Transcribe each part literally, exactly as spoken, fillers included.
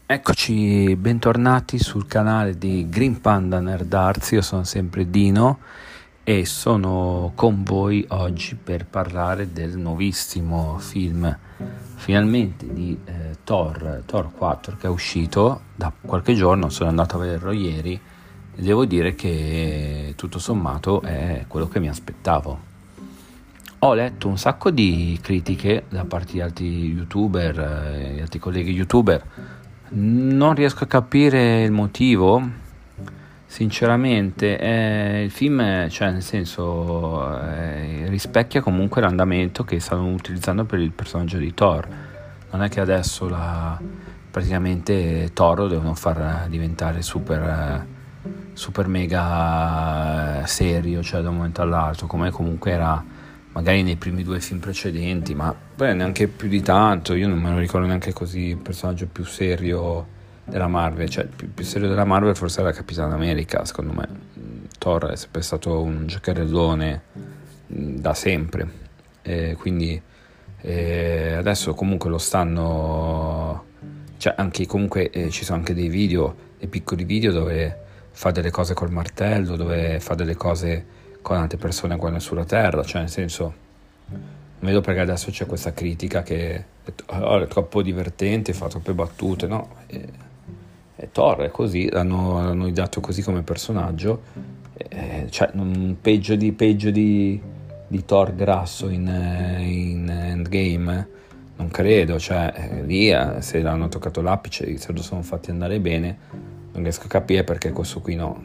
Eccoci, bentornati sul canale di Green Panda Nerdarsi. Io sono sempre Dino e sono con voi oggi per parlare del nuovissimo film finalmente di eh, Thor, Thor quattro, che è uscito da qualche giorno. Sono andato a vederlo ieri e devo dire che tutto sommato è quello che mi aspettavo. Ho letto un sacco di critiche da parte di altri youtuber e eh, altri colleghi youtuber. Non riesco a capire il motivo, sinceramente. Eh, il film, cioè nel senso, eh, rispecchia comunque l'andamento che stanno utilizzando per il personaggio di Thor. Non è che adesso la, praticamente Thor lo devono far diventare super, super mega serio, cioè da un momento all'altro, come comunque era magari nei primi due film precedenti, ma beh, neanche più di tanto. Io non me lo ricordo neanche così il personaggio più serio della Marvel. Cioè il più, più serio della Marvel forse era Capitan America, secondo me. Thor è sempre stato un giocherellone da sempre, e quindi e adesso comunque lo stanno, cioè anche comunque eh, ci sono anche dei video, dei piccoli video dove fa delle cose col martello, dove fa delle cose con altre persone qua sulla terra, cioè nel senso, non vedo perché adesso c'è questa critica che è, oh, è troppo divertente, fa troppe battute. No, e, e Thor è così, l'hanno, l'hanno dato così come personaggio, e, cioè non, peggio di peggio di, di Thor grasso in, in Endgame non credo. Cioè lì se l'hanno toccato l'apice, se lo sono fatti andare bene, non riesco a capire perché questo qui no.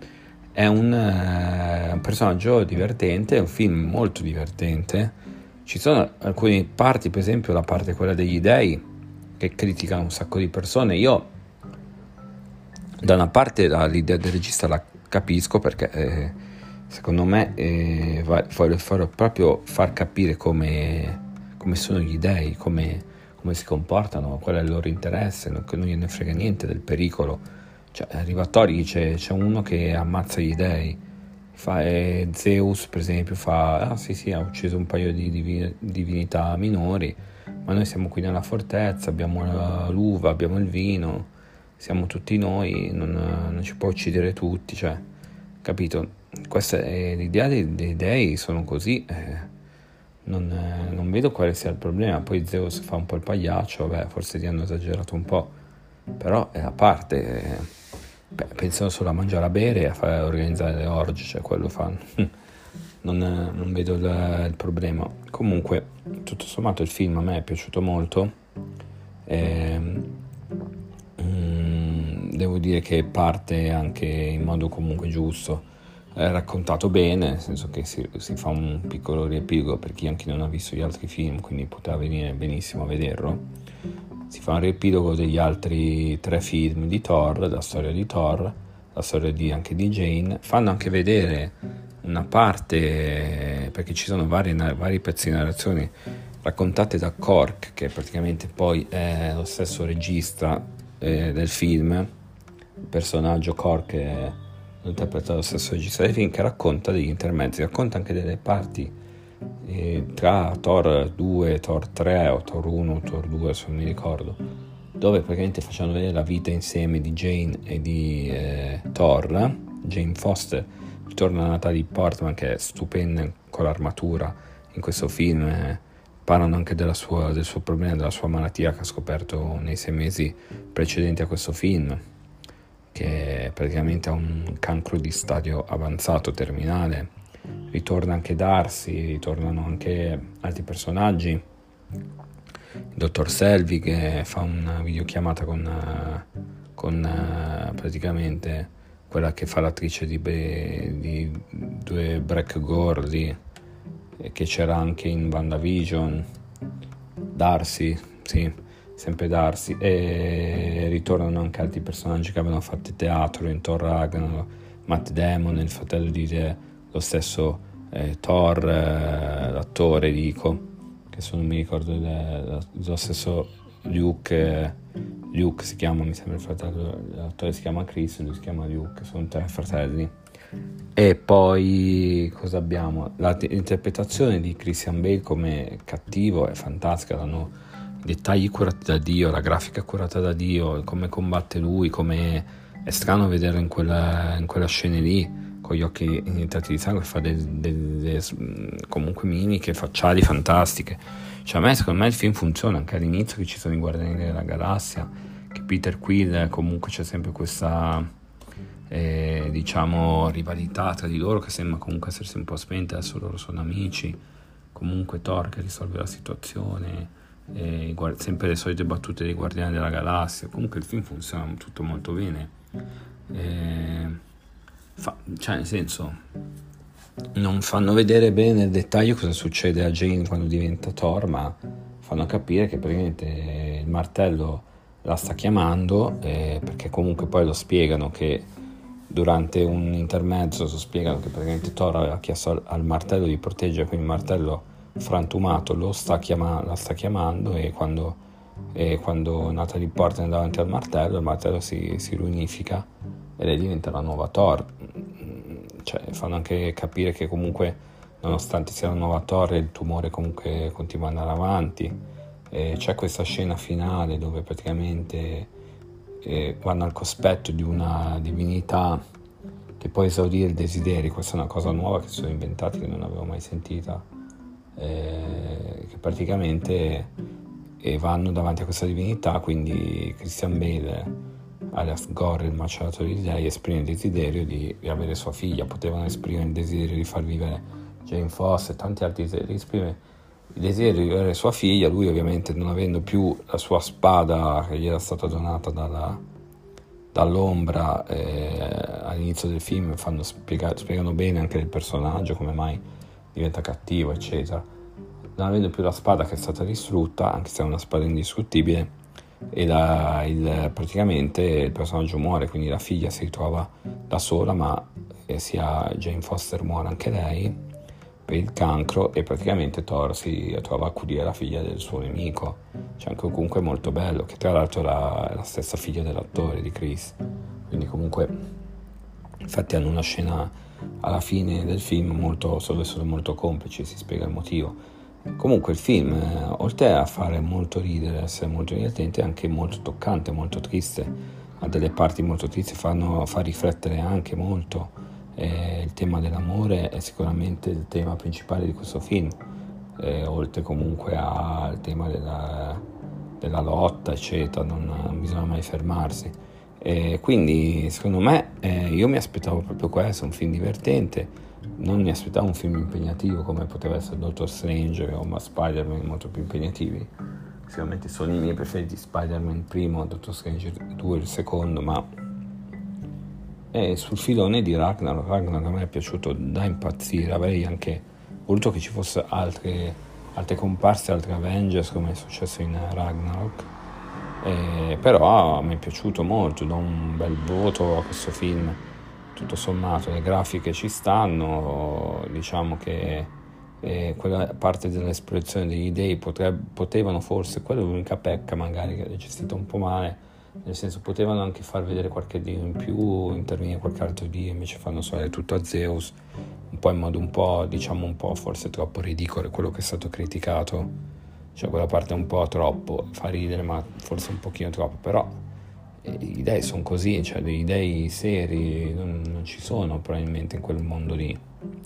È un, uh, un personaggio divertente, è un film molto divertente. Ci sono alcune parti, per esempio la parte quella degli dei, che criticano un sacco di persone. Io da una parte la, l'idea del regista la capisco, perché eh, secondo me eh, vuole far proprio far capire come, come sono gli dei, come, come si comportano, qual è il loro interesse, non, che non gliene frega niente del pericolo. Cioè, arriva Thor, c'è, c'è uno che ammazza gli dei, fa, eh, Zeus per esempio fa, ah sì sì, ha ucciso un paio di divi- divinità minori, ma noi siamo qui nella fortezza, abbiamo la, l'uva, abbiamo il vino, siamo tutti noi, non, non ci può uccidere tutti, cioè, capito? Questa è l'idea dei, dei dei, sono così, eh, non, eh, non vedo quale sia il problema. Poi Zeus fa un po' il pagliaccio, vabbè, forse gli hanno esagerato un po', però è a parte. eh, Beh, pensano solo a mangiare, a bere e a fare, a organizzare le orge, cioè quello fanno. non, non vedo il, il problema. Comunque, tutto sommato il film a me è piaciuto molto. E, mm, devo dire che parte anche in modo comunque giusto, è raccontato bene, nel senso che si, si fa un piccolo riepilogo per chi anche non ha visto gli altri film, quindi poteva venire benissimo a vederlo. Si fa un riepilogo degli altri tre film di Thor, la storia di Thor, la storia di, anche di Jane. Fanno anche vedere una parte, perché ci sono vari, vari pezzi di narrazione raccontate da Korg, che praticamente poi è lo stesso regista eh, del film. Il personaggio Korg è interpretato lo stesso regista del film, che racconta degli intermezzi, racconta anche delle parti E tra Thor due, Thor tre o Thor uno, Thor due, se non mi ricordo, dove praticamente facciano vedere la vita insieme di Jane e di eh, Thor. Jane Foster ritorna a Natalie Portman, che è stupenda con l'armatura in questo film. eh, parlano anche della sua, del suo problema, della sua malattia che ha scoperto nei sei mesi precedenti a questo film, che praticamente ha un cancro di stadio avanzato, terminale. Ritorna anche Darcy, ritornano anche altri personaggi, il dottor Selby che fa una videochiamata con, con praticamente quella che fa l'attrice di, di due Black Gordy, che c'era anche in WandaVision. Darcy, sì, sempre Darcy. E ritornano anche altri personaggi che avevano fatto teatro in Thor Ragnarok, Matt Damon, il fratello di lo stesso eh, Thor, eh, l'attore dico, che se non mi ricordo il, lo stesso Luke, eh, Luke si chiama, mi sembra il fratello, l'attore si chiama Chris, lui si chiama Luke, sono tre fratelli. E poi cosa abbiamo? La t- l'interpretazione di Christian Bale come cattivo è fantastica, l'hanno dettagli curati da Dio, la grafica curata da Dio, come combatte lui, come è strano vederlo in quella, in quella scena lì con gli occhi iniettati di sangue, fa delle, delle comunque mimiche facciali fantastiche. Cioè a me, secondo me il film funziona anche all'inizio, che ci sono i Guardiani della Galassia, che Peter Quill, comunque c'è sempre questa eh, diciamo rivalità tra di loro che sembra comunque essersi un po' spenta, adesso loro sono amici, comunque Thor che risolve la situazione, eh, sempre le solite battute dei Guardiani della Galassia. Comunque il film funziona tutto molto bene, eh, Fa, cioè nel senso non fanno vedere bene nel dettaglio cosa succede a Jane quando diventa Thor, ma fanno capire che praticamente il martello la sta chiamando, eh, perché comunque poi lo spiegano che durante un intermezzo lo spiegano che praticamente Thor aveva chiesto al, al martello di proteggere, quindi il martello frantumato lo sta chiama, la sta chiamando, e quando, e quando Natalie Portman è davanti al martello, il martello si, si riunifica e lei diventa la nuova Thor. Cioè fanno anche capire che comunque nonostante sia la nuova Thor il tumore comunque continua ad andare avanti. E c'è questa scena finale dove praticamente eh, vanno al cospetto di una divinità che può esaudire i desideri. Questa è una cosa nuova che si sono inventati, che non avevo mai sentita, eh, che praticamente eh, vanno davanti a questa divinità, quindi Christian Bale alias Gore, il maceratore di dei, esprime il desiderio di, di avere sua figlia. Potevano esprimere il desiderio di far vivere Jane Foster e tanti altri desideri. Esprime il desiderio di avere sua figlia. Lui ovviamente, non avendo più la sua spada che gli era stata donata dalla, dall'ombra, eh, all'inizio del film fanno spiega, spiegano bene anche il personaggio, come mai diventa cattivo eccetera. Non avendo più la spada che è stata distrutta, anche se è una spada indistruttibile, e la, il, praticamente il personaggio muore, quindi la figlia si ritrova da sola, ma eh, sia Jane Foster muore anche lei per il cancro, e praticamente Thor si trova a accudire la figlia del suo nemico. C'è anche comunque molto bello, che tra l'altro è la, la stessa figlia dell'attore di Chris, quindi comunque infatti hanno una scena alla fine del film molto, dove sono molto complici, si spiega il motivo. Comunque il film, eh, oltre a fare molto ridere, essere molto divertente, è anche molto toccante, molto triste, ha delle parti molto tristi, fanno, fa riflettere anche molto. Eh, il tema dell'amore è sicuramente il tema principale di questo film, eh, oltre comunque al tema della, della lotta eccetera, non, non bisogna mai fermarsi. Eh, quindi secondo me eh, io mi aspettavo proprio questo, un film divertente. Non mi aspettavo un film impegnativo come poteva essere Doctor Strange o Spider-Man, molto più impegnativi. Sicuramente sono i miei preferiti, Spider-Man il primo, Doctor Strange due il secondo, ma eh, sul filone di Ragnarok, Ragnarok a me è piaciuto da impazzire. Avrei anche voluto che ci fosse altre, altre comparse, altri Avengers come è successo in Ragnarok, eh, però mi è piaciuto molto, do un bel voto a questo film. Tutto sommato le grafiche ci stanno, diciamo che eh, quella parte dell'espressione degli dei potrebbe, potevano forse, quella è l'unica pecca magari che è gestita un po' male, nel senso potevano anche far vedere qualche dio in più, intervenire qualche altro dio, invece fanno solo tutto a Zeus, un po' in modo un po', diciamo un po' forse troppo ridicolo, quello che è stato criticato, cioè quella parte un po' troppo, fa ridere ma forse un pochino troppo, però i dei sono così, cioè dei dei seri non, non ci sono probabilmente in quel mondo lì.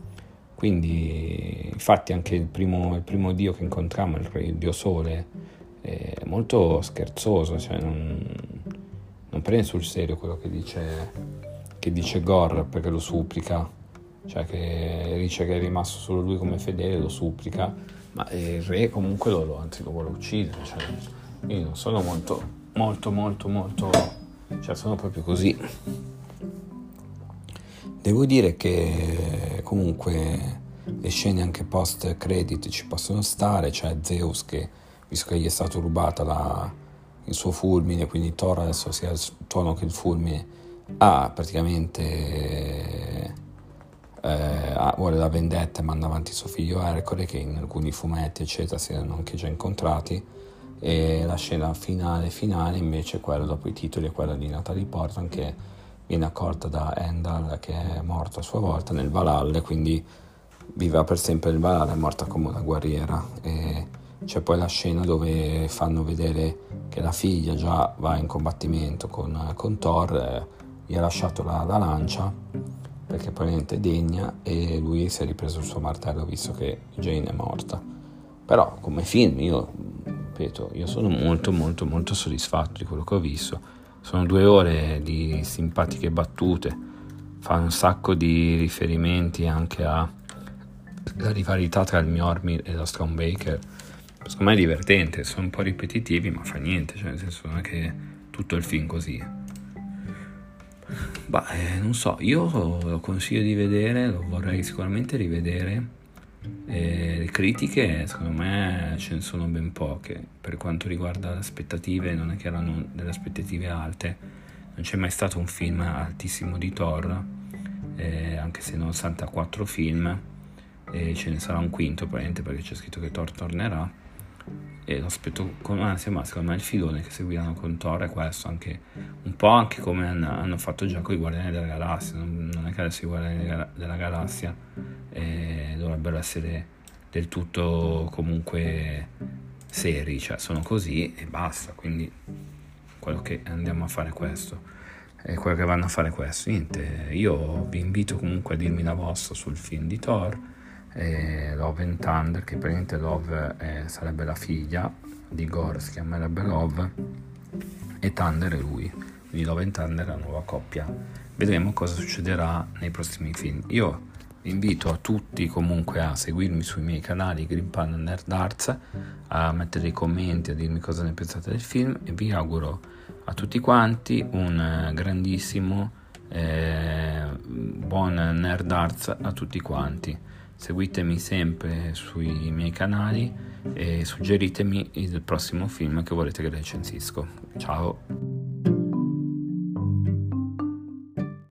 Quindi infatti anche il primo, il primo dio che incontrammo, il, il dio sole, è molto scherzoso, cioè non, non prende sul serio quello che dice, che dice Gore, perché lo supplica, cioè che dice che è rimasto solo lui come fedele, lo supplica, ma il re comunque lo, lo anzi lo vuole uccidere, cioè io non sono molto molto molto molto cioè sono proprio così. Devo dire che comunque le scene anche post credit ci possono stare. C'è Zeus che, visto che gli è stato rubata la, il suo fulmine, quindi Thor adesso sia il tuono che il fulmine ha praticamente eh, vuole la vendetta e manda avanti suo figlio Ercole, che in alcuni fumetti eccetera si erano anche già incontrati. E la scena finale finale invece, quella dopo i titoli, è quella di Natalie Portman che viene accolta da Heimdall, che è morto a sua volta nel Valhalla, quindi viveva per sempre nel Valhalla, è morta come una guerriera, e c'è poi la scena dove fanno vedere che la figlia già va in combattimento con, con Thor, eh, gli ha lasciato la, la lancia perché probabilmente è degna, e lui si è ripreso il suo martello visto che Jane è morta. Però come film io ripeto, io sono molto molto molto soddisfatto di quello che ho visto. Sono due ore di simpatiche battute, fa un sacco di riferimenti anche alla rivalità tra il Mjolnir e lo Stormbreaker. Secondo me è divertente, sono un po' ripetitivi ma fa niente, cioè nel senso non è che tutto il film così. Bah, eh, non so, io lo consiglio di vedere, lo vorrei sicuramente rivedere. E le critiche secondo me ce ne sono ben poche per quanto riguarda le aspettative, non è che erano delle aspettative alte, non c'è mai stato un film altissimo di Thor, eh, anche se non sessantaquattro film, e ce ne sarà un quinto probabilmente perché c'è scritto che Thor tornerà, e lo aspetto con ansia, ma secondo me il filone che seguiranno con Thor è questo, anche un po' anche come hanno, hanno fatto già con i Guardiani della Galassia. Non, non è che adesso i Guardiani della Galassia eh, dovrebbero essere del tutto comunque seri, cioè sono così e basta, quindi quello che andiamo a fare è questo, è quello che vanno a fare questo, niente. Io vi invito comunque a dirmi la vostra sul film di Thor, eh, Love and Thunder, che praticamente Love eh, sarebbe la figlia di Gore, si chiamerebbe Love, e Thunder è lui, quindi Love and Thunder è la nuova coppia. Vedremo cosa succederà nei prossimi film. Io vi invito a tutti comunque a seguirmi sui miei canali Green Pan e Nerd Arts, a mettere dei commenti, a dirmi cosa ne pensate del film, e vi auguro a tutti quanti un grandissimo eh, buon Nerd Arts a tutti quanti. Seguitemi sempre sui miei canali e suggeritemi il prossimo film che volete che recensisco. Ciao!